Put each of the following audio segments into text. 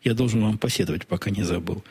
Я должен вам посетовать, пока не забыл.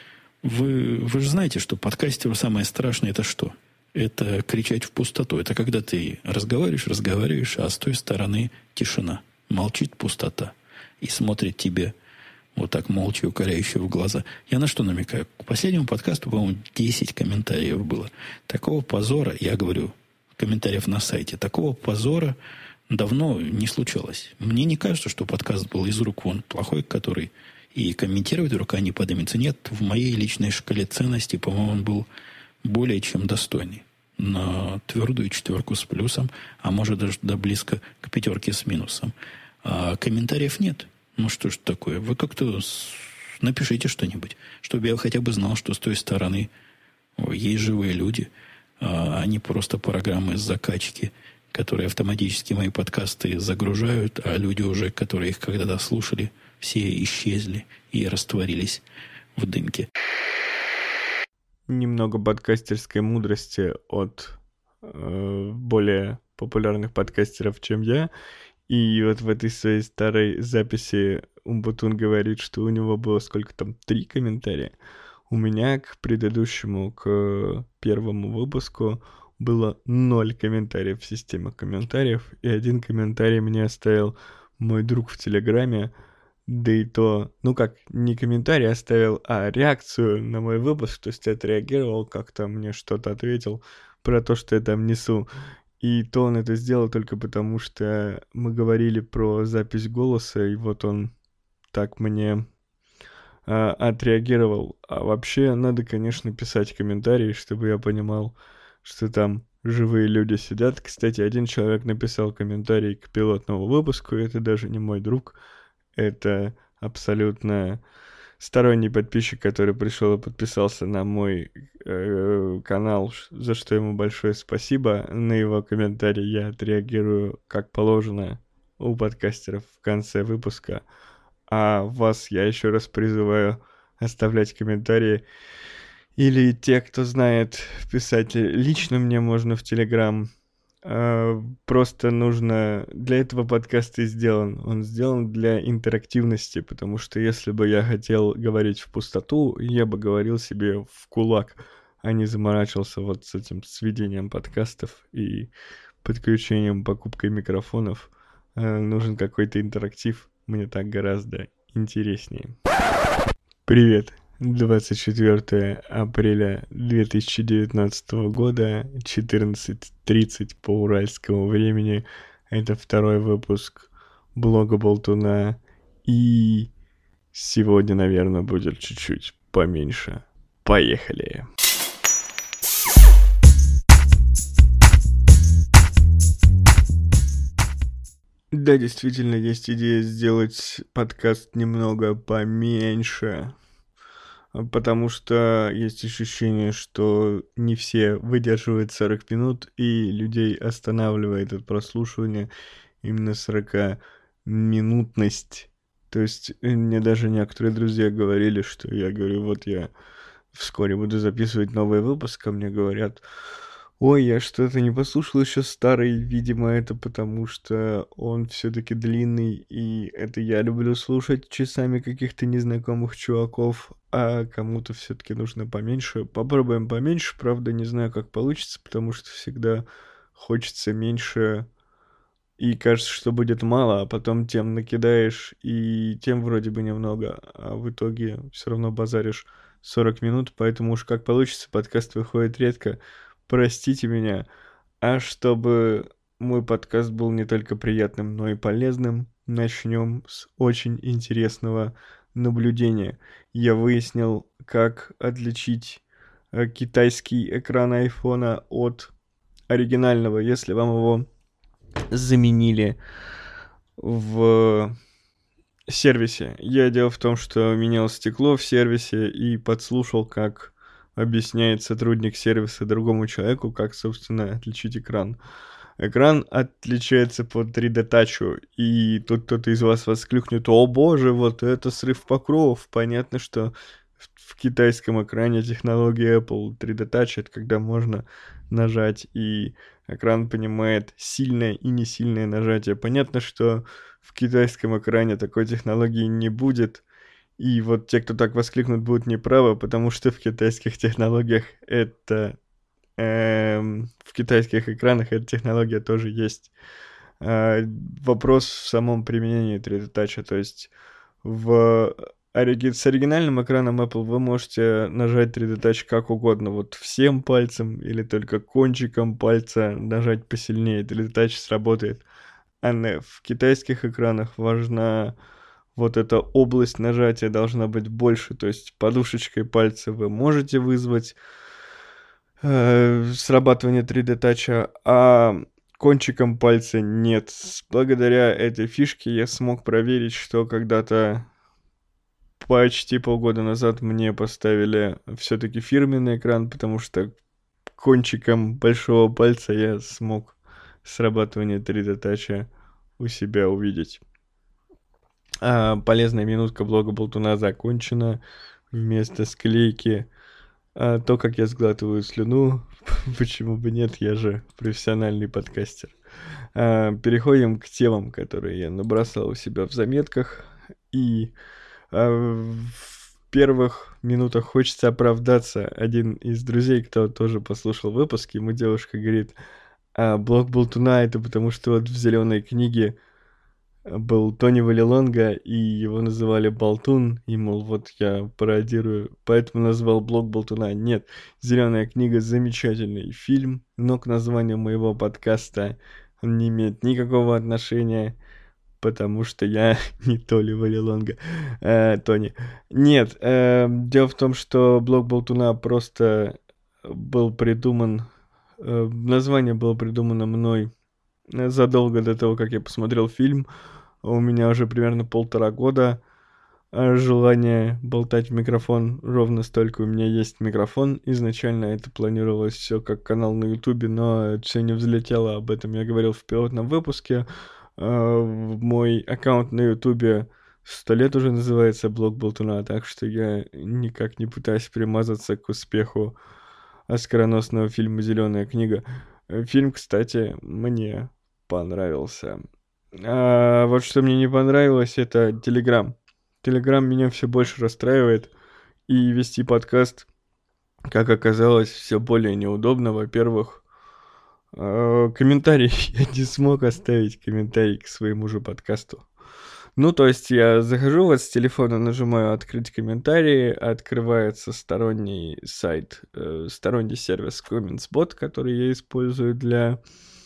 Вы же знаете, что подкастеру самое страшное это что? Это кричать в пустоту. Это когда ты разговариваешь, а с той стороны тишина. Молчит пустота. И смотрит тебе вот так молча, укоряюще в глаза. Я на что намекаю? К последнему подкасту, по-моему, 10 комментариев было. Такого позора, я говорю, комментариев на сайте, такого позора давно не случалось. Мне не кажется, что подкаст был из рук вон плохой, который и комментировать рука не поднимется. Нет, в моей личной шкале ценностей, по-моему, он был более чем достойный. На твердую 4 с плюсом, а может даже близко к 5 с минусом. А комментариев нет. Ну что ж такое? Вы как-то напишите что-нибудь, чтобы я хотя бы знал, что с той стороны есть живые люди, а не просто программы закачки, которые автоматически мои подкасты загружают, а люди уже, которые их когда-то слушали, все исчезли и растворились в дымке. Немного подкастерской мудрости от более популярных подкастеров, чем я. И вот в этой своей старой записи Умбутун говорит, что у него было сколько там, 3 комментария. У меня к предыдущему, к первому выпуску было 0 комментариев в системе комментариев. И 1 комментарий мне оставил мой друг в Телеграме. Да и то, не комментарий оставил, а реакцию на мой выпуск. То есть отреагировал, как-то мне что-то ответил про то, что я там несу. И то он это сделал только потому, что мы говорили про запись голоса, и вот он так мне отреагировал. А вообще надо, конечно, писать комментарии, чтобы я понимал, что там живые люди сидят. Кстати, 1 человек написал комментарий к пилотному выпуску, и это даже не мой друг. Это абсолютно сторонний подписчик, который пришел и подписался на мой канал, за что ему большое спасибо. На его комментарий я отреагирую как положено у подкастеров в конце выпуска. А вас я еще раз призываю оставлять комментарии. Или те, кто знает, писать лично мне можно в Телеграм. Просто нужно... Для этого подкаст и сделан. Он сделан для интерактивности, потому что если бы я хотел говорить в пустоту, я бы говорил себе в кулак, а не заморачивался вот с этим сведением подкастов и подключением, покупкой микрофонов. Нужен какой-то интерактив. Мне так гораздо интереснее. Привет! 24 апреля 2019 года, 14:30 по уральскому времени. Это 2-й выпуск блога Болтуна. И сегодня, наверное, будет чуть-чуть поменьше. Поехали! Да, действительно, есть идея сделать подкаст немного поменьше. Потому что есть ощущение, что не все выдерживают 40 минут, и людей останавливает от прослушивания именно 40-минутность. То есть мне даже некоторые друзья говорили, что я говорю, вот я вскоре буду записывать новый выпуск, а мне говорят, ой, я что-то не послушал еще старый, видимо, это потому что он все-таки длинный, и это я люблю слушать часами каких-то незнакомых чуваков, а кому-то все-таки нужно поменьше. Попробуем поменьше, правда, не знаю, как получится, потому что всегда хочется меньше, и кажется, что будет мало, а потом тем накидаешь, и тем вроде бы немного, а в итоге все равно базаришь 40 минут, поэтому уж как получится, подкаст выходит редко. Простите меня. А чтобы мой подкаст был не только приятным, но и полезным, начнем с очень интересного наблюдения. Я выяснил, как отличить китайский экран айфона от оригинального, если вам его заменили в сервисе. Дело в том, что менял стекло в сервисе и подслушал, как объясняет сотрудник сервиса другому человеку, как, собственно, отличить экран. Экран отличается по 3D-тачу, и тут кто-то из вас воскликнет, о боже, вот это срыв покровов. Понятно, что в китайском экране технология Apple 3D-Touch, это когда можно нажать, и экран понимает сильное и несильное нажатие. Понятно, что в китайском экране такой технологии не будет, И вот те, кто так воскликнут, будут неправы, потому что в китайских технологиях это... в китайских экранах эта технология тоже есть. Вопрос в самом применении 3D Touch. То есть с оригинальным экраном Apple вы можете нажать 3D Touch как угодно. Вот всем пальцем или только кончиком пальца нажать посильнее. 3D Touch сработает. В китайских экранах важна вот эта область нажатия должна быть больше. То есть подушечкой пальца вы можете вызвать срабатывание 3D Touch, а кончиком пальца нет. Благодаря этой фишке я смог проверить, что когда-то почти полгода назад мне поставили все-таки фирменный экран, потому что кончиком большого пальца я смог срабатывание 3D Touch у себя увидеть. Полезная минутка блога Болтуна закончена. Вместо склейки то, как я сглатываю слюну, почему бы нет, я же профессиональный подкастер. Переходим к темам, которые я набросал у себя в заметках. И в первых минутах хочется оправдаться. Один из друзей, кто тоже послушал выпуск, ему девушка говорит: блог Болтуна — это потому, что вот в зеленой книге был Тони Валилонга, и его называли Болтун, и, мол, вот я пародирую, поэтому назвал блог Болтуна. Нет, «Зеленая книга» — замечательный фильм, но к названию моего подкаста он не имеет никакого отношения, потому что я не Толи Валилонга, Тони. Нет, дело в том, что блог Болтуна просто был придуман, название было придумано мной задолго до того, как я посмотрел фильм. У меня уже примерно 1,5 года желание болтать в микрофон. Ровно столько у меня есть микрофон. Изначально это планировалось все как канал на Ютубе, но это все не взлетело. Об этом я говорил в пилотном выпуске. Мой аккаунт на Ютубе 100 лет уже называется блог Болтуна, так что я никак не пытаюсь примазаться к успеху оскароносного фильма «Зеленая книга». Фильм, кстати, мне понравился. Вот что мне не понравилось, это Telegram. Telegram меня все больше расстраивает, и вести подкаст, как оказалось, все более неудобно. Во-первых, комментарий. Я не смог оставить комментарий к своему же подкасту. Ну, то есть я захожу вот с телефона, нажимаю «Открыть комментарии», открывается сторонний сайт, сторонний сервис CommentsBot, который я использую для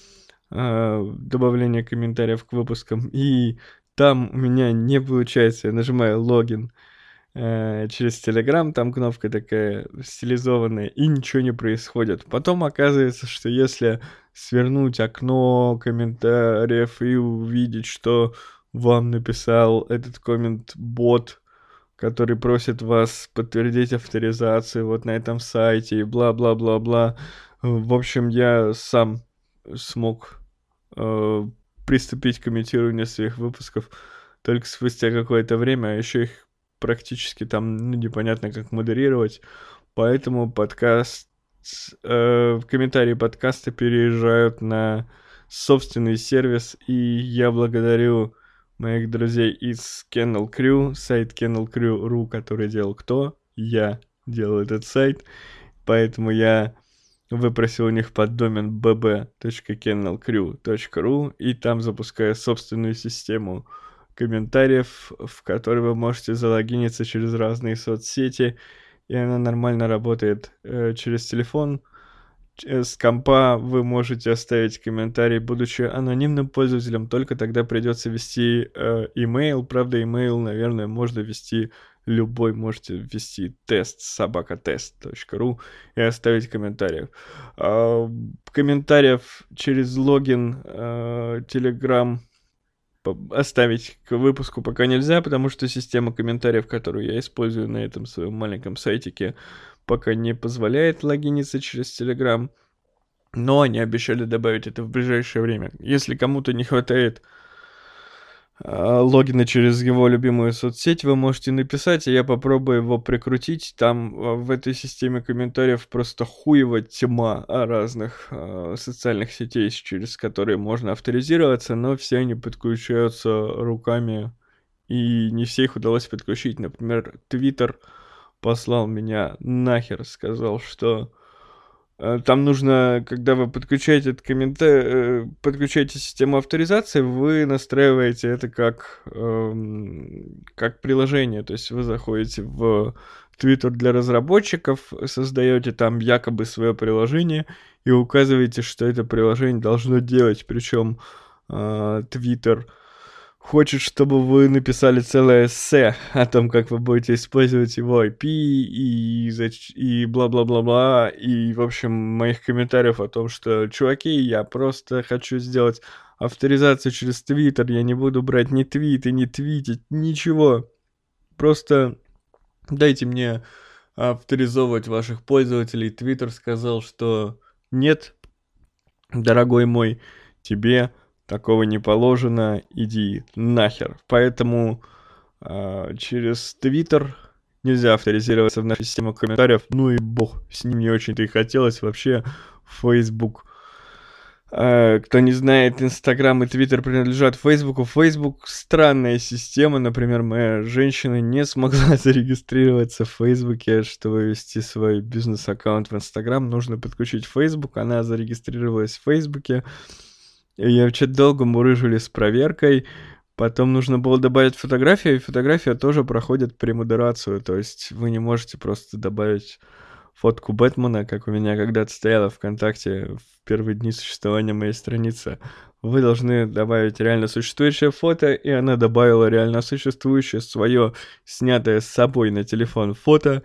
добавления комментариев к выпускам, и там у меня не получается. Я нажимаю «Логин» через Telegram, там кнопка такая стилизованная, и ничего не происходит. Потом оказывается, что если свернуть окно комментариев и увидеть, что вам написал этот коммент-бот, который просит вас подтвердить авторизацию вот на этом сайте и бла-бла-бла-бла. В общем, я сам смог приступить к комментированию своих выпусков только спустя какое-то время, а еще их практически там непонятно как модерировать, поэтому комментарии подкаста переезжают на собственный сервис, и я благодарю моих друзей из Kennel Crew, сайт kennelcrew.ru, который делал кто? Я делал этот сайт, поэтому я выпросил у них поддомен bb.kennelcrew.ru, и там запускаю собственную систему комментариев, в которой вы можете залогиниться через разные соцсети, и она нормально работает через телефон. С компа вы можете оставить комментарий, будучи анонимным пользователем, только тогда придется ввести email. Правда, email, наверное, можно ввести любой. Можете ввести test@test.ru и оставить комментариев. Комментариев через логин Telegram оставить к выпуску пока нельзя, потому что система комментариев, которую я использую на этом своем маленьком сайтике, пока не позволяет логиниться через Telegram, но они обещали добавить это в ближайшее время. Если кому-то не хватает логина через его любимую соцсеть, вы можете написать, и я попробую его прикрутить. Там в этой системе комментариев просто хуево тьма разных социальных сетей, через которые можно авторизироваться, но все они подключаются руками и не все их удалось подключить. Например, Twitter послал меня нахер, сказал, что там нужно, когда вы подключаете этот подключаете систему авторизации, вы настраиваете это как приложение. То есть вы заходите в Twitter для разработчиков, создаете там якобы свое приложение и указываете, что это приложение должно делать. Причем Twitter хочет, чтобы вы написали целое эссе о том, как вы будете использовать его IP и бла-бла-бла-бла. И, в общем, моих комментариев о том, что, чуваки, я просто хочу сделать авторизацию через Twitter, я не буду брать ни твиты, ни твитить, ничего. Просто дайте мне авторизовывать ваших пользователей. Twitter сказал, что нет, дорогой мой, тебе такого не положено, иди нахер. Поэтому через Twitter нельзя авторизироваться в нашу систему комментариев. Ну и бог, с ним не очень-то и хотелось. Вообще, Facebook. Кто не знает, Instagram и Twitter принадлежат Фейсбуку. Facebook странная система. Например, моя женщина не смогла зарегистрироваться в Фейсбуке, чтобы вести свой бизнес-аккаунт в Instagram. Нужно подключить Facebook. Она зарегистрировалась в Фейсбуке. Ее вообще долго мурыжили с проверкой. Потом нужно было добавить фотографию, и фотография тоже проходит премодерацию. То есть вы не можете просто добавить фотку Бэтмена, как у меня когда-то стояла ВКонтакте в первые дни существования моей страницы. Вы должны добавить реально существующее фото, и она добавила реально существующее свое, снятое с собой на телефон фото.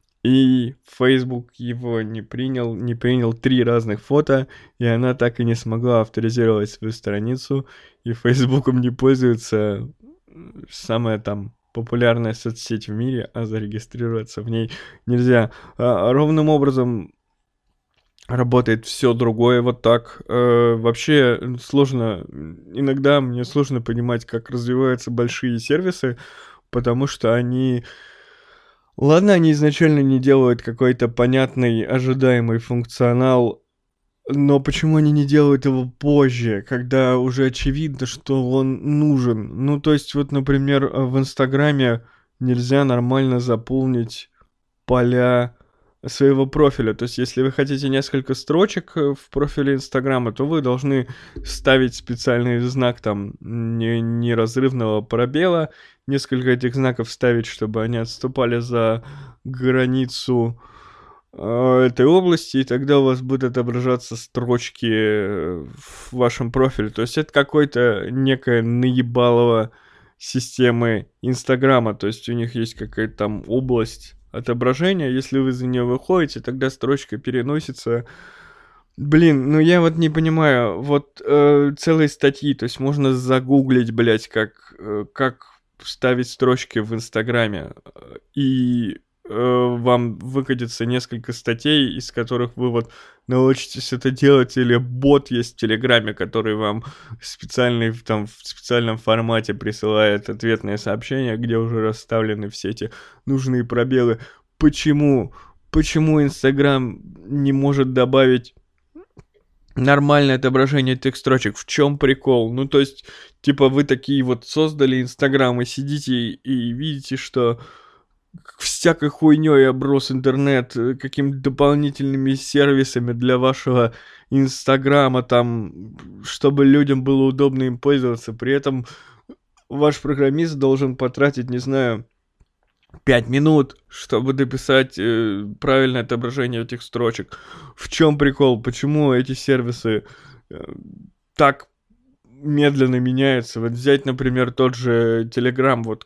И Facebook его не принял 3 разных фото, и она так и не смогла авторизировать свою страницу, и Фейсбуком не пользуется самая там популярная соцсеть в мире, а зарегистрироваться в ней нельзя. Ровным образом работает все другое вот так. Вообще сложно, иногда мне сложно понимать, как развиваются большие сервисы, потому что они... Ладно, они изначально не делают какой-то понятный, ожидаемый функционал, но почему они не делают его позже, когда уже очевидно, что он нужен? Ну, то есть, вот, например, в Инстаграме нельзя нормально заполнить поля своего профиля. То есть, если вы хотите несколько строчек в профиле Инстаграма, то вы должны ставить специальный знак там неразрывного пробела, несколько этих знаков ставить, чтобы они отступали за границу этой области, и тогда у вас будут отображаться строчки в вашем профиле. То есть это какой-то некая наебалово системы Инстаграма. То есть у них есть какая-то там область отображения. Если вы за нее выходите, тогда строчка переносится. Блин, ну я вот не понимаю. Вот целые статьи, то есть можно загуглить, блять, как ставить строчки в Инстаграме, и вам выкатится несколько статей, из которых вы вот научитесь это делать, или бот есть в Телеграме, который вам в специальном формате присылает ответные сообщения, где уже расставлены все эти нужные пробелы. Почему Инстаграм не может добавить нормальное отображение этих строчек? В чем прикол? Ну, то есть, типа, вы такие вот создали Инстаграм и сидите и видите, что всякой хуйней оброс интернет, какими-то дополнительными сервисами для вашего Инстаграма, там, чтобы людям было удобно им пользоваться. При этом ваш программист должен потратить, не знаю, 5 минут, чтобы дописать правильное отображение этих строчек. В чем прикол? Почему эти сервисы так медленно меняются? Вот взять, например, тот же Telegram. Вот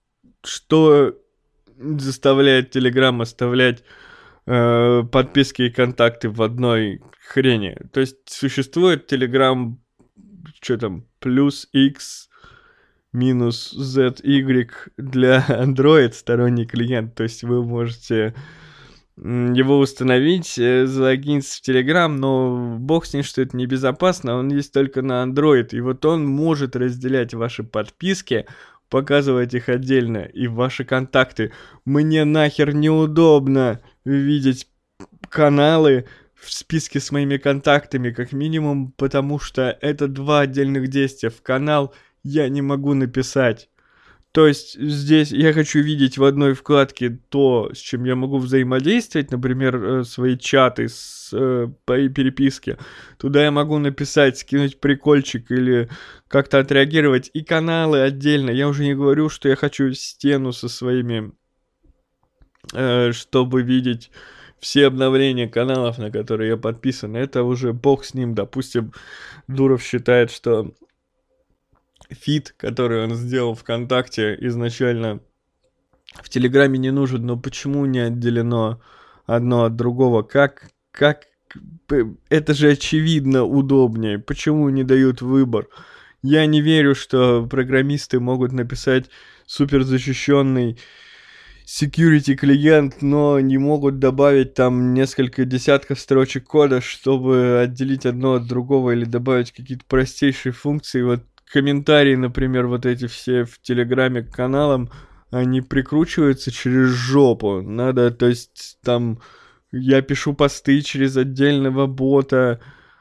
что заставляет Telegram оставлять подписки и контакты в одной хрени? То есть существует Telegram, что там, плюс X минус ZY для Android сторонний клиент. То есть вы можете его установить, залогиниться в Telegram, но бог с ним, что это небезопасно, он есть только на Android. И вот он может разделять ваши подписки, показывать их отдельно, и ваши контакты. Мне нахер неудобно видеть каналы в списке с моими контактами, как минимум, потому что это 2 отдельных действия. В канал я не могу написать. То есть здесь я хочу видеть в одной вкладке то, с чем я могу взаимодействовать, например, свои чаты по переписке. Туда я могу написать, скинуть прикольчик или как-то отреагировать. И каналы отдельно. Я уже не говорю, что я хочу стену со своими, чтобы видеть все обновления каналов, на которые я подписан. Это уже бог с ним. Допустим, Дуров считает, что фид, который он сделал ВКонтакте изначально, в Телеграме не нужен, но почему не отделено одно от другого? Как это же очевидно удобнее. Почему не дают выбор? Я не верю, что программисты могут написать суперзащищенный security клиент, но не могут добавить там несколько десятков строчек кода, чтобы отделить одно от другого или добавить какие-то простейшие функции. Вот комментарии, например, вот эти все в Телеграме к каналам, они прикручиваются через жопу. Надо, то есть, там, я пишу посты через отдельного бота,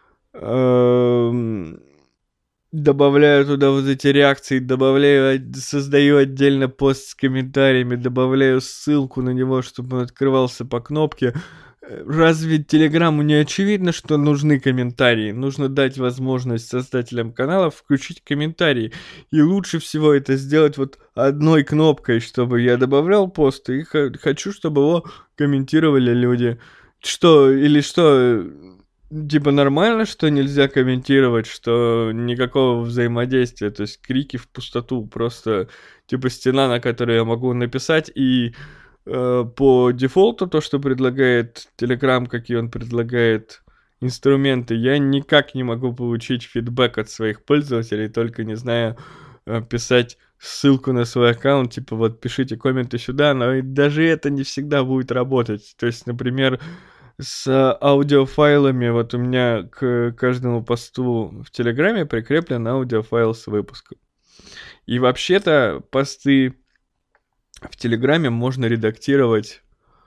добавляю туда вот эти реакции, создаю отдельно пост с комментариями, добавляю ссылку на него, чтобы он открывался по кнопке. Разве Телеграму не очевидно, что нужны комментарии? Нужно дать возможность создателям каналов включить комментарии. И лучше всего это сделать вот одной кнопкой, чтобы я добавлял пост, и хочу, чтобы его комментировали люди. Что, типа нормально, что нельзя комментировать, что никакого взаимодействия, то есть крики в пустоту, просто типа стена, на которой я могу написать, и по дефолту то, что предлагает Telegram, какие он предлагает инструменты, я никак не могу получить фидбэк от своих пользователей, только не знаю, писать ссылку на свой аккаунт, типа вот пишите комменты сюда, но и даже это не всегда будет работать. То есть, например, с аудиофайлами, вот у меня к каждому посту в Телеграме прикреплен аудиофайл с выпуском. И вообще-то посты в Телеграме можно редактировать,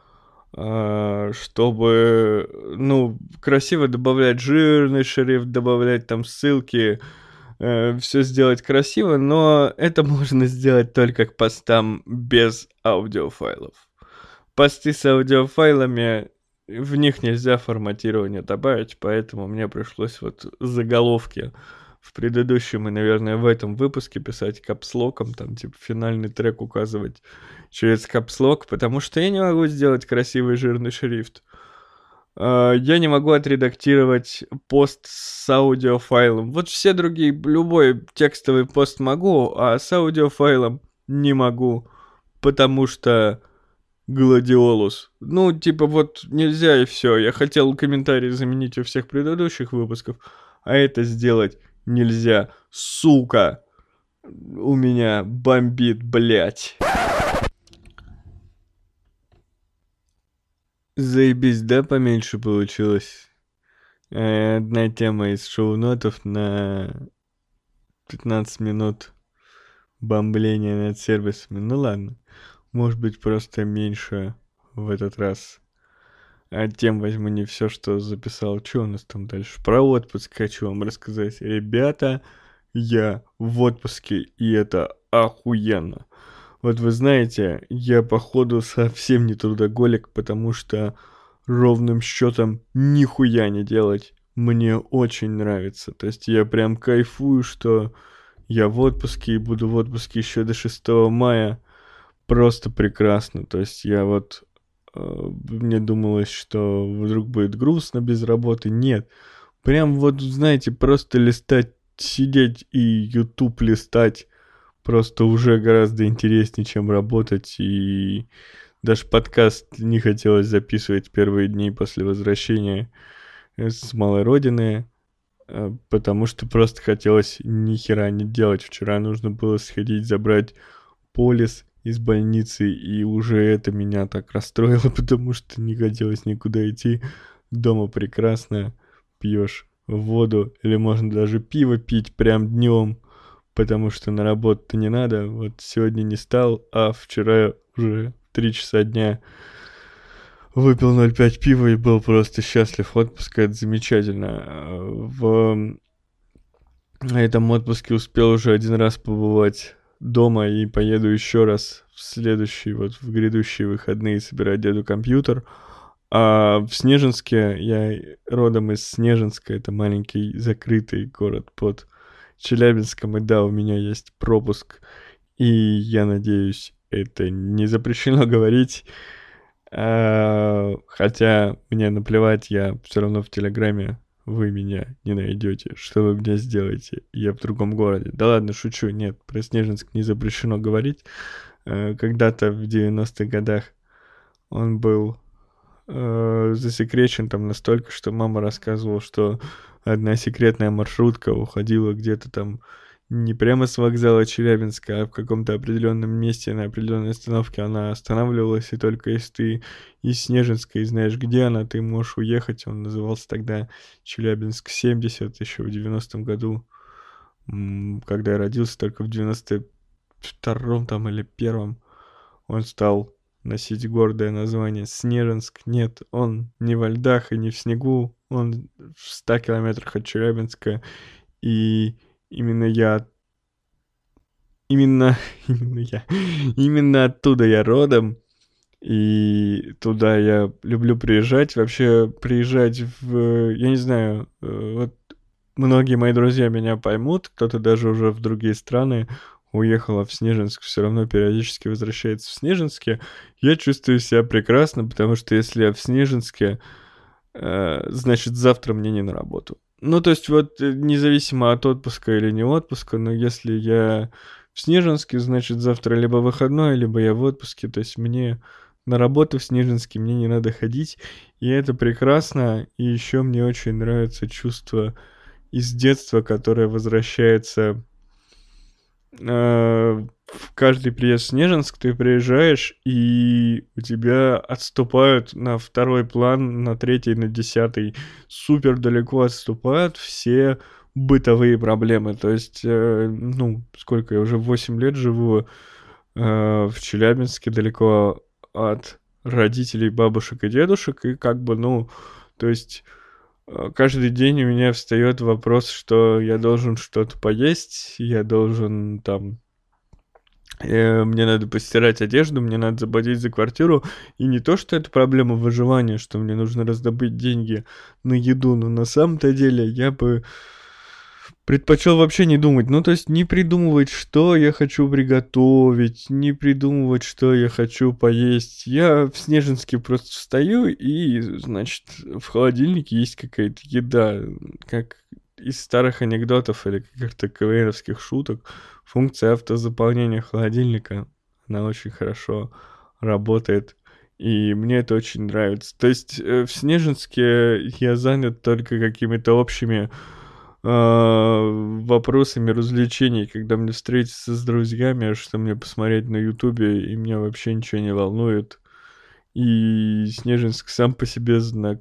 чтобы, красиво добавлять жирный шрифт, добавлять там ссылки, все сделать красиво, но это можно сделать только к постам без аудиофайлов. Посты с аудиофайлами, в них нельзя форматирование добавить, поэтому мне пришлось вот заголовки в предыдущем и, наверное, в этом выпуске писать капслоком, там, типа, финальный трек указывать через капслок, потому что я не могу сделать красивый жирный шрифт. Я не могу отредактировать пост с аудиофайлом. Вот все другие, любой текстовый пост могу, а с аудиофайлом не могу, потому что Гладиолус. Типа, вот нельзя и все. Я хотел комментарии заменить у всех предыдущих выпусков, а это сделать нельзя. Сука! У меня бомбит, блять. Заебись, да, поменьше получилось? Одна тема из шоу-нотов на 15 минут бомбления над сервисами. Ну ладно. Может быть, просто меньше в этот раз. А тем возьму не все, что записал. Что у нас там дальше? Про отпуск хочу вам рассказать. Ребята, я в отпуске, и это охуенно. Вот вы знаете, я походу совсем не трудоголик, потому что ровным счетом нихуя не делать мне очень нравится. То есть я прям кайфую, что я в отпуске и буду в отпуске еще до 6 мая. Просто прекрасно. То есть я вот... мне думалось, что вдруг будет грустно без работы. Нет. Прям вот, знаете, просто листать, сидеть и YouTube листать просто уже гораздо интереснее, чем работать. И даже подкаст не хотелось записывать первые дни после возвращения с малой родины, потому что просто хотелось ни хера не делать. Вчера нужно было сходить, забрать полис из больницы, и уже это меня так расстроило, потому что не хотелось никуда идти. Дома прекрасно, пьешь воду, или можно даже пиво пить прям днем, потому что на работу-то не надо. Вот сегодня не стал, а вчера уже 3 часа дня выпил 0,5 пива и был просто счастлив. Отпуск — это замечательно. В этом отпуске успел уже один раз побывать дома и поеду еще раз в грядущие выходные собирать деду компьютер. А в Снежинске, я родом из Снежинска, это маленький закрытый город под Челябинском, и да, у меня есть пропуск, и я надеюсь, это не запрещено говорить, хотя мне наплевать, я все равно в Телеграме, вы меня не найдете, что вы мне сделаете, я в другом городе. Да ладно, шучу, нет, про Снежинск не запрещено говорить. Когда-то в 90-х годах он был засекречен там настолько, что мама рассказывала, что одна секретная маршрутка уходила где-то там не прямо с вокзала Челябинска, а в каком-то определенном месте, на определенной остановке она останавливалась, и только если ты из Снежинска и знаешь, где она, ты можешь уехать. Он назывался тогда Челябинск-70, еще в 90-м году, когда я родился, только в 92-м там или первом он стал носить гордое название Снежинск. Нет, он не во льдах и не в снегу, он в 100 километрах от Челябинска, и именно я, именно, именно оттуда я родом, и туда я люблю приезжать, вообще приезжать я не знаю, вот многие мои друзья меня поймут, кто-то даже уже в другие страны уехала в Снежинск, все равно периодически возвращается в Снежинске. Я чувствую себя прекрасно, потому что если я в Снежинске, значит, завтра мне не на работу. Ну, то есть вот независимо от отпуска или не отпуска, но если я в Снежинске, значит, завтра либо выходной, либо я в отпуске, то есть мне на работу в Снежинске мне не надо ходить, и это прекрасно, и еще мне очень нравится чувство из детства, которое возвращается в каждый приезд в Снежинск. Ты приезжаешь, и у тебя отступают на второй план, на третий, на 10, супер далеко отступают все бытовые проблемы. То есть, сколько я уже 8 лет живу в Челябинске, далеко от родителей, бабушек и дедушек, и то есть каждый день у меня встает вопрос, что я должен что-то поесть, я должен мне надо постирать одежду, мне надо заплатить за квартиру. И не то, что это проблема выживания, что мне нужно раздобыть деньги на еду, но на самом-то деле я бы предпочел вообще не думать. Ну, то есть не придумывать, что я хочу приготовить, не придумывать, что я хочу поесть. Я в Снежинске просто встаю, и, значит, в холодильнике есть какая-то еда, как из старых анекдотов или каких-то КВНовских шуток. Функция автозаполнения холодильника, она очень хорошо работает, и мне это очень нравится. То есть в Снежинске я занят только какими-то общими вопросами развлечений, когда мне встретиться с друзьями, что мне посмотреть на Ютубе, и меня вообще ничего не волнует. И Снежинск сам по себе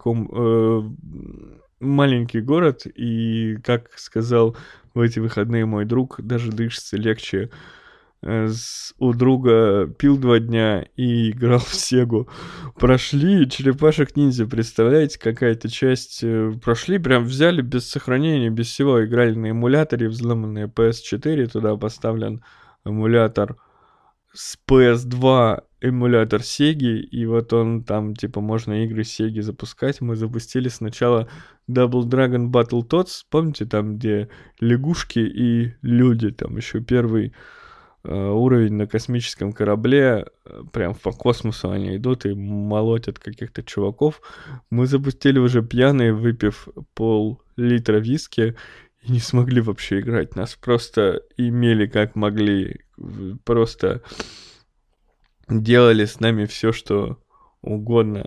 маленький город, и, как сказал в эти выходные мой друг, даже дышится легче. У друга пил 2 дня и играл в Сегу. Прошли черепашек-ниндзя, представляете, какая-то часть прошли, прям взяли без сохранения, без всего, играли на эмуляторе, взломанная PS4, туда поставлен эмулятор с PS2, эмулятор Сеги, и вот он там, типа, можно игры Сеги запускать. Мы запустили сначала Double Dragon Battletoads, помните, там, где лягушки и люди, там еще первый уровень на космическом корабле, прям по космосу они идут и молотят каких-то чуваков. Мы запустили уже пьяные, выпив пол-литра виски, и не смогли вообще играть. Нас просто имели как могли, просто делали с нами все, что угодно.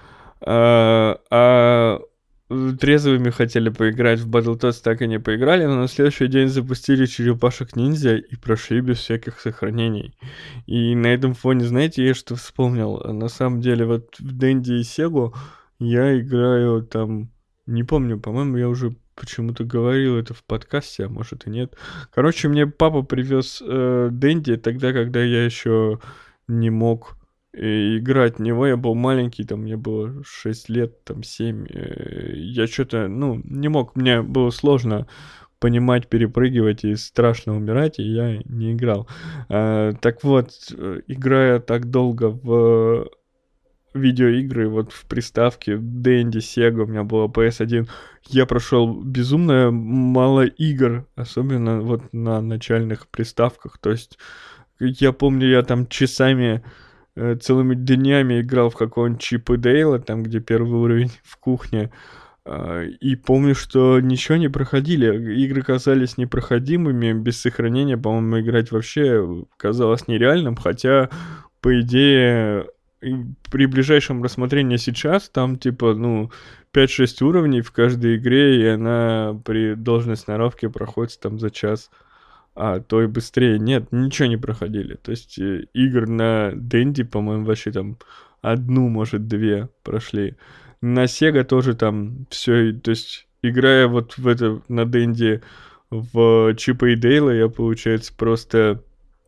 Трезвыми хотели поиграть в Battletoads, так и не поиграли, но на следующий день запустили черепашек-ниндзя и прошли без всяких сохранений. И на этом фоне, знаете, я что вспомнил? На самом деле, вот в Дэнди и Сегу я играю там, не помню, по-моему, я уже почему-то говорил это в подкасте, а может и нет. Короче, мне папа привез Дэнди тогда, когда я еще не мог играть в него. Я был маленький, там мне было 6 лет, там 7. Я что-то, не мог, мне было сложно понимать, перепрыгивать и страшно умирать, и я не играл. Так вот, играя так долго в видеоигры, вот в приставке, Dendy, Sega, у меня была PS1, я прошел безумно мало игр, особенно вот на начальных приставках. То есть я помню, я там часами, целыми днями играл в какого-нибудь Чип и Дейла, там, где первый уровень в кухне. И помню, что ничего не проходили. Игры казались непроходимыми, без сохранения, по-моему, играть вообще казалось нереальным, хотя, по идее, при ближайшем рассмотрении сейчас там, типа, 5-6 уровней в каждой игре, и она при должной сноровке проходит там за час, а то и быстрее. Нет, ничего не проходили. То есть игр на Денди, по-моему, вообще там одну, может, две прошли. На Sega тоже там все, то есть играя вот в это на Денди в Чипа и Дейла, я, получается, просто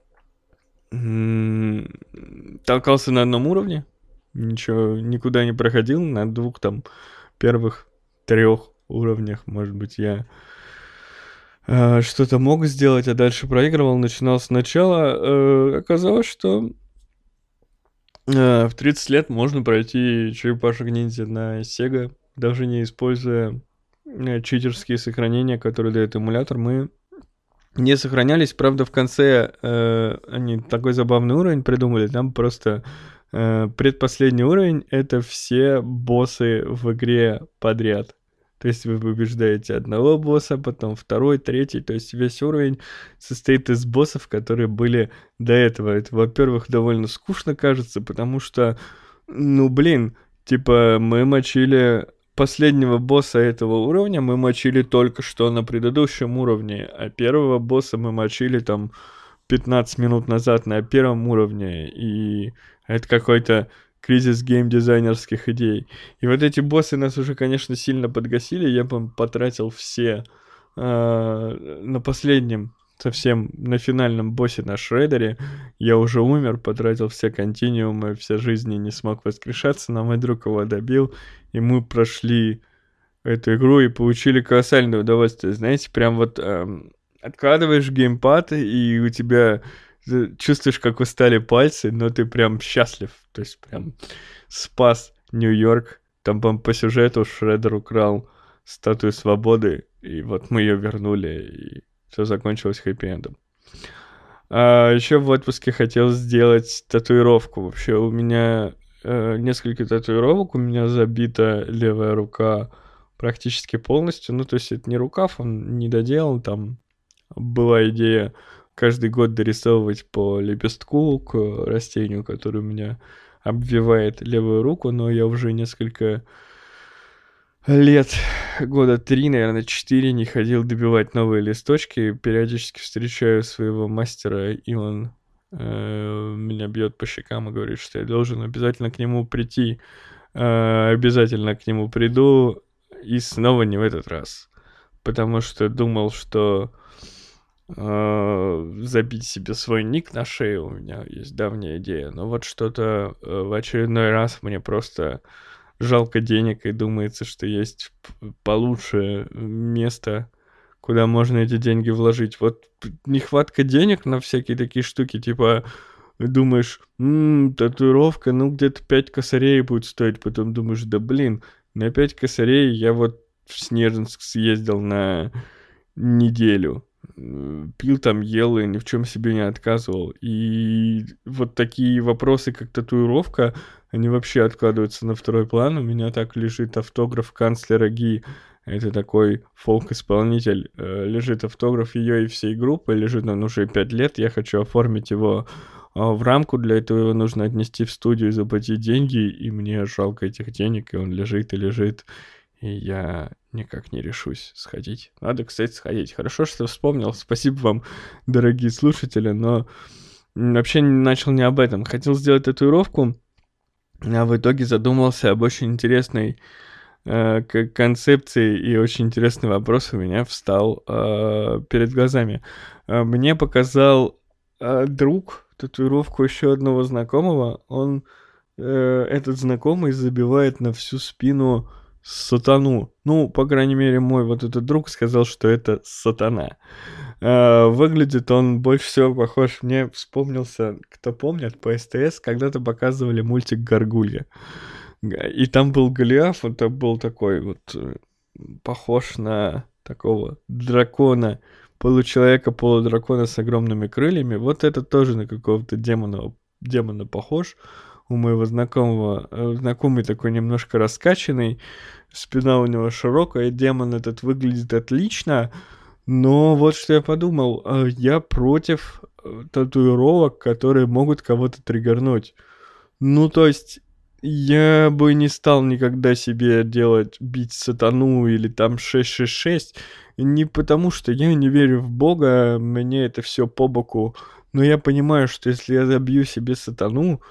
толкался на одном уровне, ничего, никуда не проходил, на двух там первых 3 уровнях, может быть, я что-то мог сделать, а дальше проигрывал, начинал сначала. Оказалось, что в 30 лет можно пройти черепашек ниндзя на Sega, даже не используя читерские сохранения, которые дает эмулятор. Мы не сохранялись, правда, в конце они такой забавный уровень придумали, там просто предпоследний уровень — это все боссы в игре подряд. То есть вы побеждаете одного босса, потом второй, третий. То есть весь уровень состоит из боссов, которые были до этого. Это, во-первых, довольно скучно кажется, потому что, типа мы мочили последнего босса этого уровня, мы мочили только что на предыдущем уровне, а первого босса мы мочили там 15 минут назад на первом уровне. И это какой-то кризис геймдизайнерских идей. И вот эти боссы нас уже, конечно, сильно подгасили. Я бы потратил все на последнем, совсем на финальном боссе на Шреддере. Я уже умер, потратил все континуумы, все жизни, не смог воскрешаться, но мой друг его добил, и мы прошли эту игру и получили колоссальное удовольствие. Знаете, прям вот откладываешь геймпад, и у тебя чувствуешь, как устали пальцы, но ты прям счастлив. То есть прям спас Нью-Йорк. Там по сюжету Шреддер украл статую свободы, и вот мы ее вернули, и все закончилось хэппи-эндом. Еще в отпуске хотел сделать татуировку. Вообще у меня несколько татуировок. У меня забита левая рука практически полностью. То есть это не рукав, он не доделан. Там была идея каждый год дорисовывать по лепестку к растению, который у меня обвивает левую руку, но я уже несколько лет, года 3, наверное, 4 не ходил добивать новые листочки. Периодически встречаю своего мастера, и он меня бьет по щекам и говорит, что я должен обязательно к нему прийти. Обязательно к нему приду, и снова не в этот раз. Потому что думал, что забить себе свой ник на шею, у меня есть давняя идея. Но вот что-то в очередной раз мне просто жалко денег, и думается, что есть получше место, куда можно эти деньги вложить. Вот нехватка денег на всякие такие штуки, типа думаешь, татуировка, где-то 5 косарей будет стоить, потом думаешь, да блин, на 5 косарей я вот в Снежинск съездил на неделю. Пил там, ел и ни в чем себе не отказывал. И вот такие вопросы, как татуировка, они вообще откладываются на второй план. У меня так лежит автограф канцлера Ги. Это такой фолк-исполнитель. Лежит автограф ее и всей группы. Лежит он уже 5 лет. Я хочу оформить его в рамку. Для этого его нужно отнести в студию и заплатить деньги. И мне жалко этих денег. И он лежит и лежит. И я никак не решусь сходить. Надо, кстати, сходить. Хорошо, что вспомнил. Спасибо вам, дорогие слушатели. Но вообще начал не об этом. Хотел сделать татуировку, а в итоге задумался об очень интересной концепции, и очень интересный вопрос у меня встал перед глазами. Мне показал друг татуировку еще одного знакомого. Он, этот знакомый, забивает на всю спину сатану. Ну, по крайней мере, мой вот этот друг сказал, что это сатана. Выглядит он больше всего похож. Мне вспомнился, кто помнит, по СТС когда-то показывали мультик «Гаргулья». И там был Голиаф, это был такой вот похож на такого дракона, получеловека, полудракона с огромными крыльями. Вот это тоже на какого-то демона похож. У моего знакомого, знакомый такой немножко раскачанный, спина у него широкая, демон этот выглядит отлично, но вот что я подумал, я против татуировок, которые могут кого-то триггернуть. Ну, то есть, я бы не стал никогда себе делать бить сатану или там 666, не потому что я не верю в Бога, мне это все по боку, но я понимаю, что если я забью себе сатану,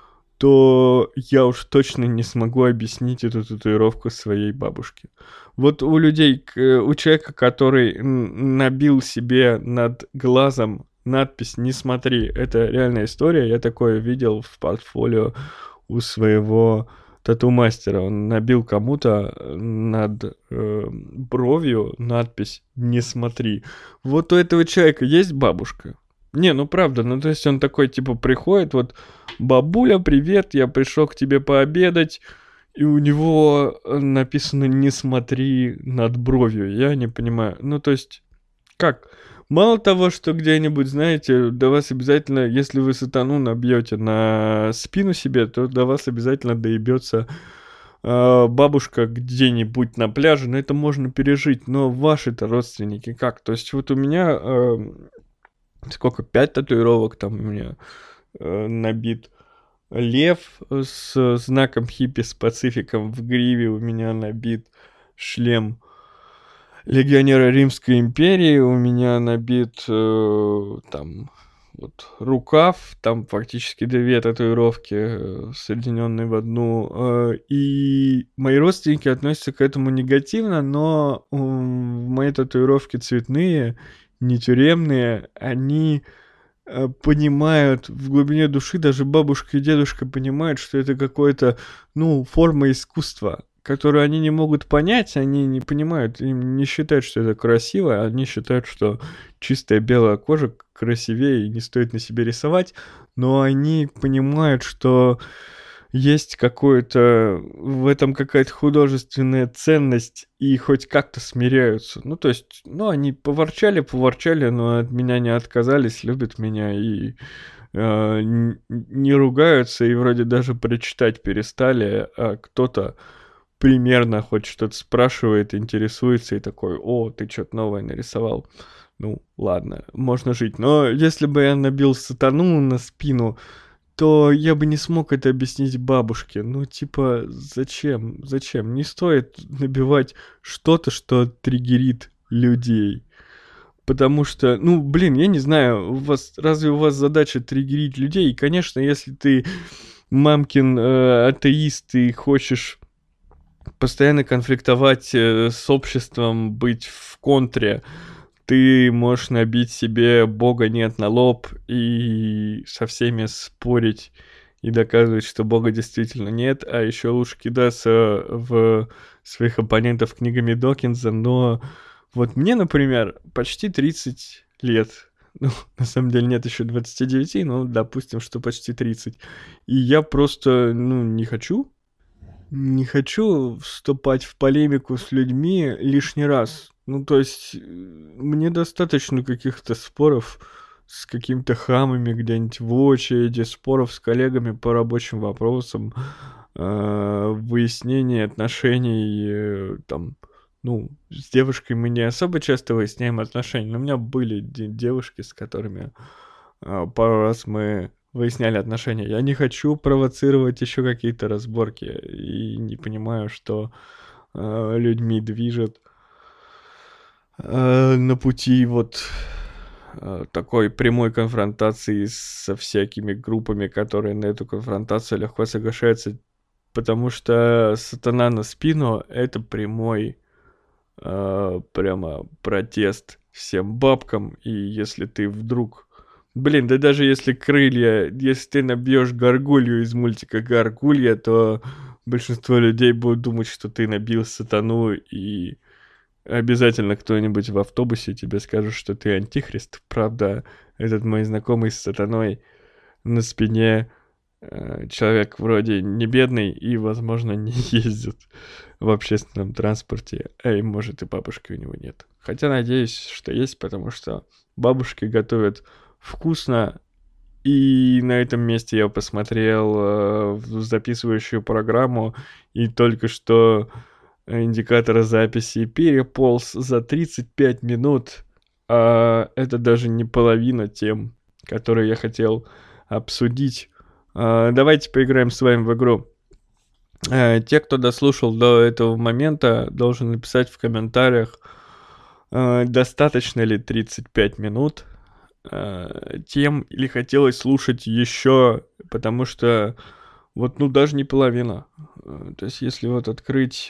то я уж точно не смогу объяснить эту татуировку своей бабушке. Вот у людей, у человека, который набил себе над глазом надпись «Не смотри», это реальная история, я такое видел в портфолио у своего тату-мастера. Он набил кому-то над бровью надпись «Не смотри». Вот у этого человека есть бабушка? Не, ну правда, ну то есть он такой типа приходит, вот «Бабуля, привет, я пришел к тебе пообедать», и у него написано «Не смотри над бровью». Я не понимаю. Ну, то есть, как? Мало того, что где-нибудь, знаете, до вас обязательно, если вы сатану набьете на спину себе, то до вас обязательно доебется бабушка где-нибудь на пляже. Но это можно пережить. Но ваши-то родственники как? То есть, вот у меня сколько? 5 татуировок там у меня набит. Лев с знаком хиппи с пацификом в гриве у меня набит. Шлем легионера Римской империи у меня набит там вот рукав, там фактически 2 татуировки, соединенные в одну. И мои родственники относятся к этому негативно, но мои татуировки цветные, не тюремные, они понимают в глубине души, даже бабушка и дедушка понимают, что это какое-то, ну, форма искусства, которую они не могут понять, они не понимают, им не считают, что это красиво, они считают, что чистая белая кожа красивее и не стоит на себе рисовать, но они понимают, что есть какое-то в этом какая-то художественная ценность и хоть как-то смиряются. Ну, то есть, ну, они поворчали, но от меня не отказались, любят меня и не ругаются, и вроде даже прочитать перестали, а кто-то примерно хоть что-то спрашивает, интересуется и такой: «О, ты что-то новое нарисовал». Ну, ладно, можно жить. Но если бы я набил сатану на спину, то я бы не смог это объяснить бабушке. Ну, типа, зачем? Зачем? Не стоит набивать что-то, что триггерит людей. Потому что, ну, блин, я не знаю, разве у вас задача триггерить людей? И, конечно, если ты мамкин атеист и хочешь постоянно конфликтовать с обществом, быть в контре, ты можешь набить себе «Бога нет» на лоб и со всеми спорить и доказывать, что Бога действительно нет, а еще лучше кидаться в своих оппонентов книгами Докинза, но вот мне, например, почти 30 лет, ну, на самом деле нет еще 29, но допустим, что почти 30, и я просто, ну, не хочу вступать в полемику с людьми лишний раз. Ну, то есть, мне достаточно каких-то споров с какими-то хамами где-нибудь в очереди, споров с коллегами по рабочим вопросам, выяснения отношений, там, ну, с девушкой мы не особо часто выясняем отношения, но у меня были девушки, с которыми пару раз мы выясняли отношения. Я не хочу провоцировать еще какие-то разборки и не понимаю, что людьми движет на пути вот такой прямой конфронтации со всякими группами, которые на эту конфронтацию легко соглашаются, потому что сатана на спину — это прямой прямо протест всем бабкам, и если ты вдруг... Блин, да даже если крылья, если ты набьешь горгулью из мультика «Гаргулья», то большинство людей будут думать, что ты набил сатану, и обязательно кто-нибудь в автобусе тебе скажет, что ты антихрист. Правда, этот мой знакомый с сатаной на спине человек вроде не бедный и, возможно, не ездит в общественном транспорте, может, и бабушки у него нет. Хотя надеюсь, что есть, потому что бабушки готовят вкусно, и на этом месте я посмотрел в записывающую программу, и только что индикатор записи переполз за 35 минут, а это даже не половина тем, которые я хотел обсудить. Давайте поиграем с вами в игру. Те, кто дослушал до этого момента, должен написать в комментариях, достаточно ли 35 минут тем, или хотелось слушать еще, потому что вот, даже не половина. То есть, если вот открыть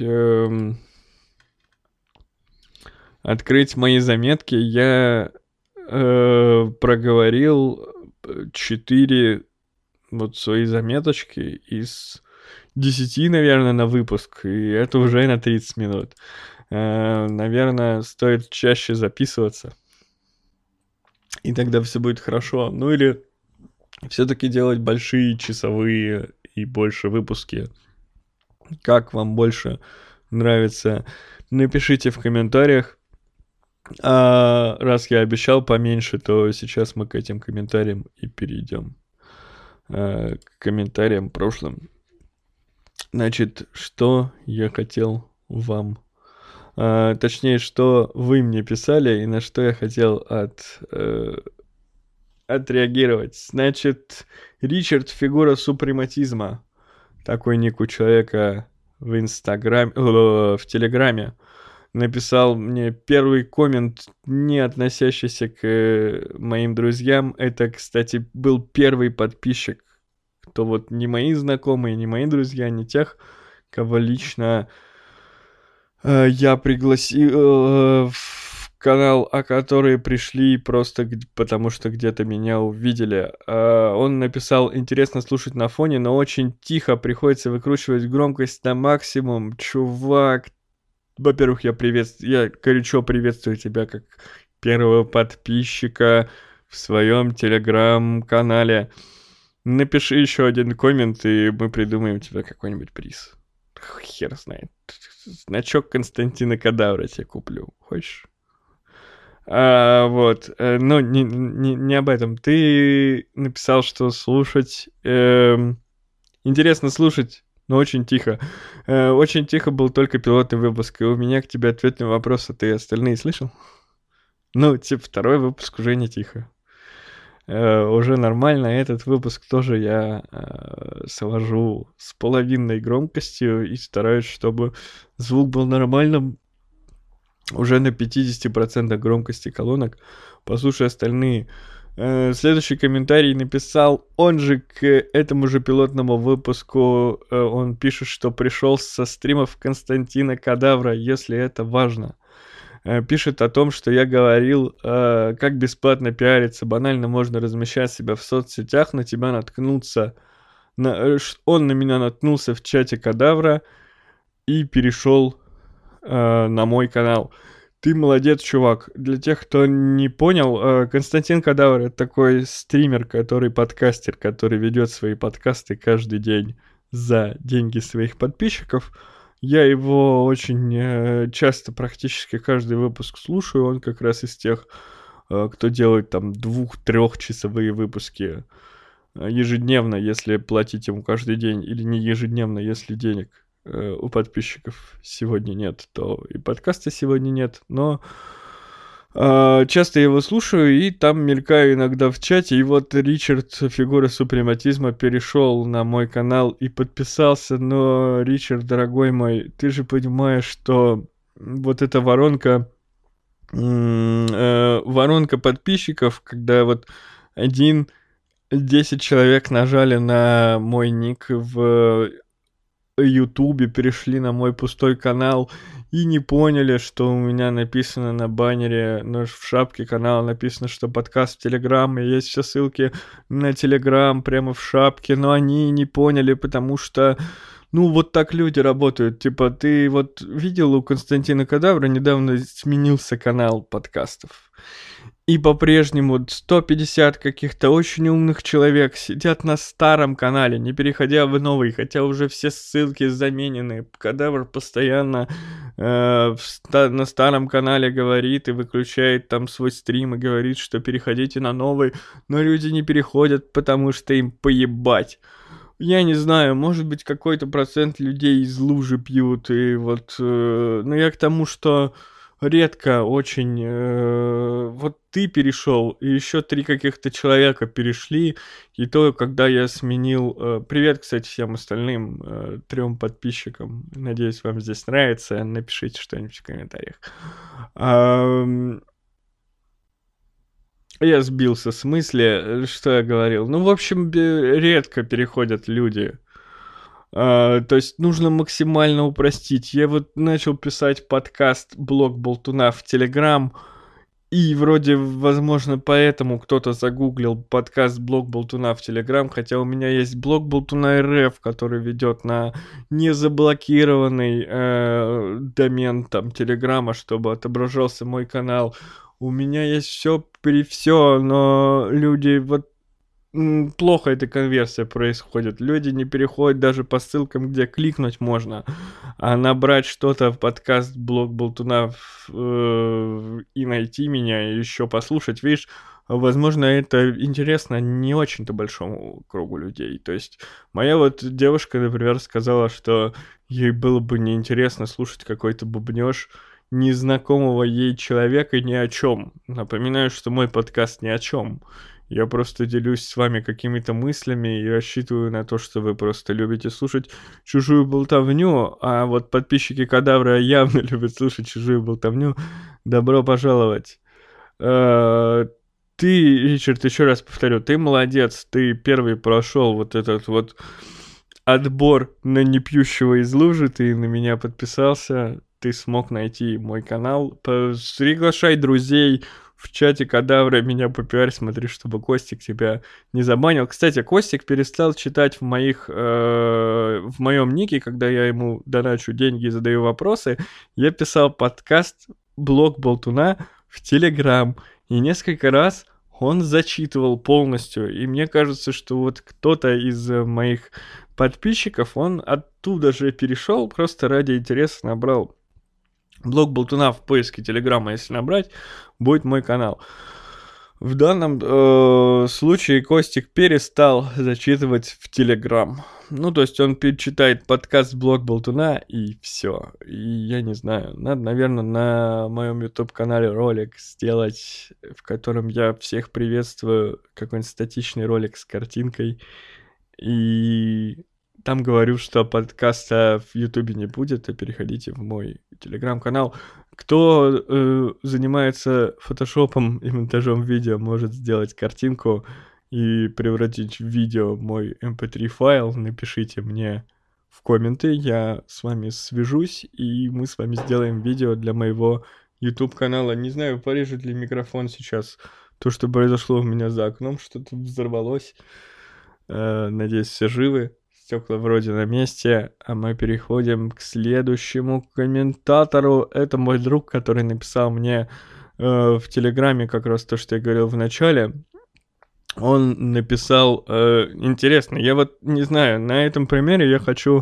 мои заметки, я проговорил 4 вот свои заметочки из 10, наверное, на выпуск, и это уже на 30 минут. Наверное, стоит чаще записываться, и тогда все будет хорошо. Ну или все-таки делать большие часовые и больше выпуски. Как вам больше нравится? Напишите в комментариях. А раз я обещал поменьше, то сейчас мы к этим комментариям и перейдем. К комментариям прошлым. Значит, что я хотел вам... точнее, что вы мне писали и на что я хотел отреагировать. Значит, Ричард, фигура супрематизма. Такой ник у человека в Инстаграме, в Телеграме. Написал мне первый коммент, не относящийся к моим друзьям. Это, кстати, был первый подписчик. Кто вот не мои знакомые, не мои друзья, не тех, кого лично я пригласил в канал, а которые пришли просто потому, что где-то меня увидели. Он написал: интересно слушать на фоне, но очень тихо, приходится выкручивать громкость на максимум. Чувак, во-первых, я горячо приветствую тебя как первого подписчика в своем телеграм-канале. Напиши еще один коммент, и мы придумаем тебе какой-нибудь приз. Хер знает. Значок Константина Кадавра тебе куплю. Хочешь? Вот. Но не об этом. Ты написал, что слушать... интересно слушать, но очень тихо. Очень тихо был только пилотный выпуск. И у меня к тебе ответный вопрос, а ты остальные слышал? Второй выпуск уже не тихо. Уже нормально. Этот выпуск тоже я свожу с половинной громкостью и стараюсь, чтобы звук был нормальным. Уже на 50% громкости колонок. Послушай остальные. Следующий комментарий написал он же к этому же пилотному выпуску. Он пишет, что пришел со стримов Константина Кадавра, если это важно. Пишет о том, что я говорил, как бесплатно пиариться. Банально можно размещать себя в соцсетях, на тебя наткнуться. Он на меня наткнулся в чате Кадавра и перешел на мой канал. Ты молодец, чувак. Для тех, кто не понял, Константин Кадавр — это такой стример, подкастер, который ведет свои подкасты каждый день за деньги своих подписчиков. Я его очень часто, практически каждый выпуск слушаю. Он как раз из тех, кто делает там 2-3-часовые выпуски ежедневно, если платить ему каждый день, или не ежедневно, если денег у подписчиков сегодня нет, то и подкаста сегодня нет. Но часто его слушаю и там мелькаю иногда в чате. И вот Ричард, фигура супрематизма, перешел на мой канал и подписался. Но, Ричард, дорогой мой, ты же понимаешь, что вот эта воронка подписчиков, когда вот 10 человек нажали на мой ник в Ютубе, перешли на мой пустой канал и не поняли, что у меня написано на баннере, в шапке канала написано, что подкаст в Телеграм, и есть все ссылки на Телеграм прямо в шапке, но они не поняли, потому что, Ну, вот так люди работают. Типа, ты вот видел, у Константина Кадавра недавно сменился канал подкастов. И по-прежнему 150 каких-то очень умных человек сидят на старом канале, не переходя в новый, хотя уже все ссылки заменены. Кадавр постоянно на старом канале говорит и выключает там свой стрим и говорит, что переходите на новый, но люди не переходят, потому что им поебать. Я не знаю, может быть, какой-то процент людей из лужи пьют, и вот... но я к тому, что редко очень... вот ты перешел, и еще 3 каких-то человека перешли, и то, когда я сменил... привет, кстати, всем остальным 3 подписчикам. Надеюсь, вам здесь нравится. Напишите что-нибудь в комментариях. Я сбился с мысли, что я говорил. Ну, в общем, редко переходят люди. То есть нужно максимально упростить. Я вот начал писать подкаст «Блог Болтуна» в Телеграм, и вроде, возможно, поэтому кто-то загуглил подкаст «Блог Болтуна» в Телеграм, хотя у меня есть блог Болтуна РФ, который ведет на незаблокированный домен там Телеграма, чтобы отображался мой канал. У меня есть все при все, но люди вот плохо эта конверсия происходит. Люди не переходят даже по ссылкам, где кликнуть можно, а набрать что-то в подкаст «Блог Болтуна» и найти меня, и еще послушать, видишь, возможно, это интересно не очень-то большому кругу людей. То есть моя вот девушка, например, сказала, что ей было бы неинтересно слушать какой-то бубнёж незнакомого ей человека ни о чем. Напоминаю, что мой подкаст ни о чем. Я просто делюсь с вами какими-то мыслями и рассчитываю на то, что вы просто любите слушать чужую болтовню, а вот подписчики Кадавра явно любят слушать чужую болтовню. Добро пожаловать. Ты, Ричард, еще раз повторю, ты молодец, ты первый прошел вот этот вот отбор на непьющего из лужи, ты на меня подписался, ты смог найти мой канал. Приглашай друзей в чате Кадавра, меня попиарь, смотри, чтобы Костик тебя не забанил. Кстати, Костик перестал читать в моем нике, когда я ему доначу деньги и задаю вопросы. Я писал подкаст «Блог Болтуна» в Телеграм, и несколько раз он зачитывал полностью. И мне кажется, что вот кто-то из моих подписчиков, он оттуда же перешел, просто ради интереса набрал «Блог Болтуна» в поиске Телеграма, если набрать, будет мой канал. В данном случае Костик перестал зачитывать в Телеграм. Ну, то есть он перечитает подкаст «Блог Болтуна» и все. И я не знаю, надо, наверное, на моем YouTube-канале ролик сделать, в котором я всех приветствую, какой-нибудь статичный ролик с картинкой. И там говорю, что подкаста в Ютубе не будет, а переходите в мой Телеграм-канал. Кто занимается фотошопом и монтажом видео, может сделать картинку и превратить в видео мой MP3 файл. Напишите мне в комменты, я с вами свяжусь, и мы с вами сделаем видео для моего YouTube-канала. Не знаю, порежет ли микрофон сейчас то, что произошло у меня за окном, что-то взорвалось. Надеюсь, все живы. Стекла вроде на месте, а мы переходим к следующему комментатору. Это мой друг, который написал мне в Телеграме как раз то, что я говорил в начале. Он написал, интересно, я вот не знаю, на этом примере я хочу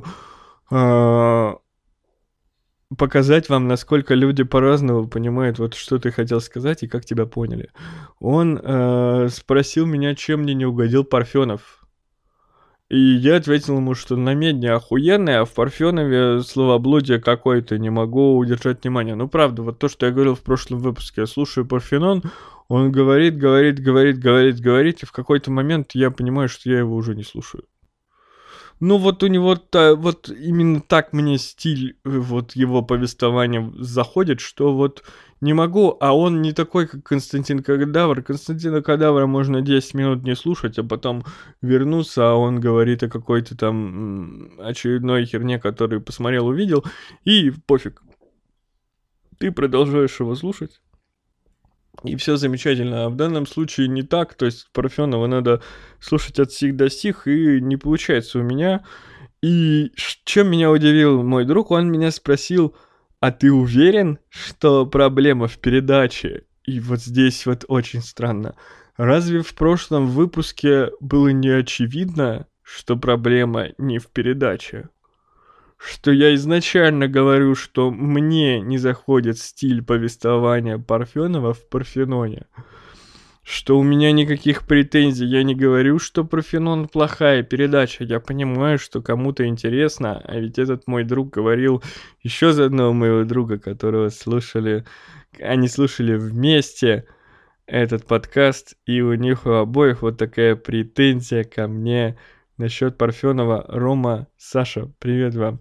показать вам, насколько люди по-разному понимают, вот что ты хотел сказать и как тебя поняли. Он спросил меня, чем мне не угодил Парфенов. И я ответил ему, что намедни охуенный, а в Парфенове словоблудие какое-то, не могу удержать внимание. Ну, правда, вот то, что я говорил в прошлом выпуске, я слушаю Парфенон, он говорит, и в какой-то момент я понимаю, что я его уже не слушаю. Ну, вот у него вот именно так мне стиль вот его повествования заходит, что вот не могу, а он не такой, как Константин Кадавр. Константина Кадавра можно 10 минут не слушать, а потом вернуться, а он говорит о какой-то там очередной херне, которую посмотрел, увидел, и пофиг. Ты продолжаешь его слушать, и все замечательно. А в данном случае не так, то есть Парфенова надо слушать от сих до сих, и не получается у меня. И что меня удивил мой друг, он меня спросил: а ты уверен, что проблема в передаче? И вот здесь вот очень странно. Разве в прошлом выпуске было не очевидно, что проблема не в передаче? Что я изначально говорю, что мне не заходит стиль повествования Парфенова в Парфеноне. Что у меня никаких претензий. Я не говорю, что Парфенон плохая передача. Я понимаю, что кому-то интересно. А ведь этот мой друг говорил еще за одного моего друга, которого слушали... Они слушали вместе этот подкаст, и у них у обоих вот такая претензия ко мне насчет Парфенова. Рома, Саша, привет вам.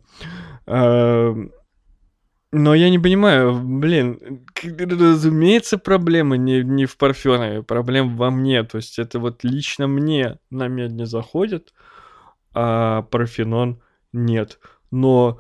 Но я не понимаю, разумеется, проблема не в Парфенове, проблем во мне. То есть это вот лично мне на мед не заходит, а Парфенон нет. Но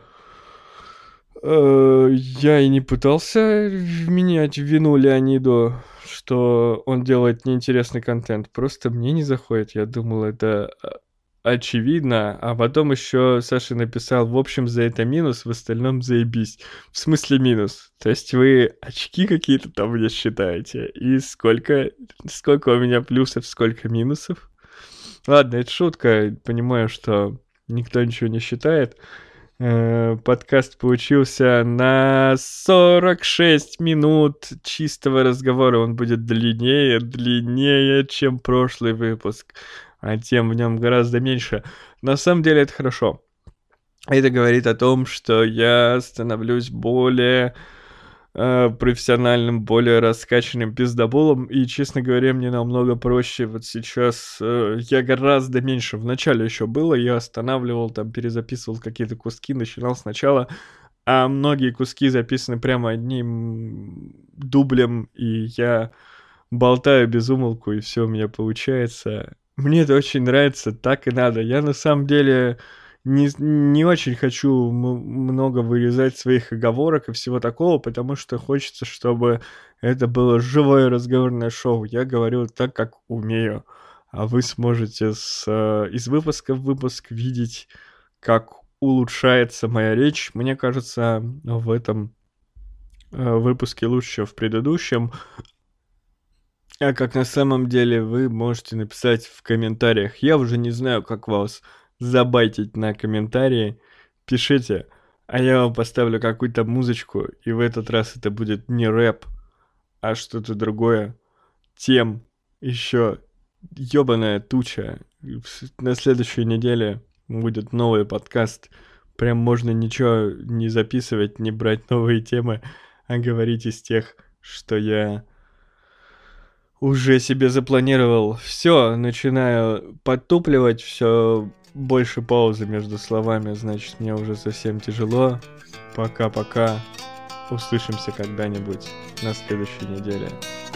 я и не пытался вменять вину Леониду, что он делает неинтересный контент. Просто мне не заходит. Я думал, это очевидно. А потом еще Саша написал: в общем, за это минус, в остальном заебись. В смысле минус? То есть вы очки какие-то там мне считаете? И сколько у меня плюсов, сколько минусов? Ладно, это шутка. Понимаю, что никто ничего не считает. Подкаст получился на 46 минут чистого разговора. Он будет длиннее, чем прошлый выпуск. А тем в нем гораздо меньше. На самом деле это хорошо. Это говорит о том, что я становлюсь более профессиональным, более раскачанным пиздоболом. И, честно говоря, мне намного проще. Вот сейчас я гораздо меньше. Вначале еще было, я останавливал, там перезаписывал какие-то куски, начинал сначала. А многие куски записаны прямо одним дублем, и я болтаю без умолку, и все у меня получается. Мне это очень нравится, так и надо. Я на самом деле не очень хочу много вырезать своих оговорок и всего такого, потому что хочется, чтобы это было живое разговорное шоу. Я говорю так, как умею, а вы сможете из выпуска в выпуск видеть, как улучшается моя речь. Мне кажется, в этом выпуске лучше, чем в предыдущем. А как на самом деле, вы можете написать в комментариях. Я уже не знаю, как вас забайтить на комментарии. Пишите, а я вам поставлю какую-то музычку, и в этот раз это будет не рэп, а что-то другое. Тем еще ёбаная туча. На следующей неделе будет новый подкаст. Прям можно ничего не записывать, не брать новые темы, а говорить из тех, что я уже себе запланировал. Все, начинаю подтупливать, все больше паузы между словами, значит, мне уже совсем тяжело. Пока-пока. Услышимся когда-нибудь на следующей неделе.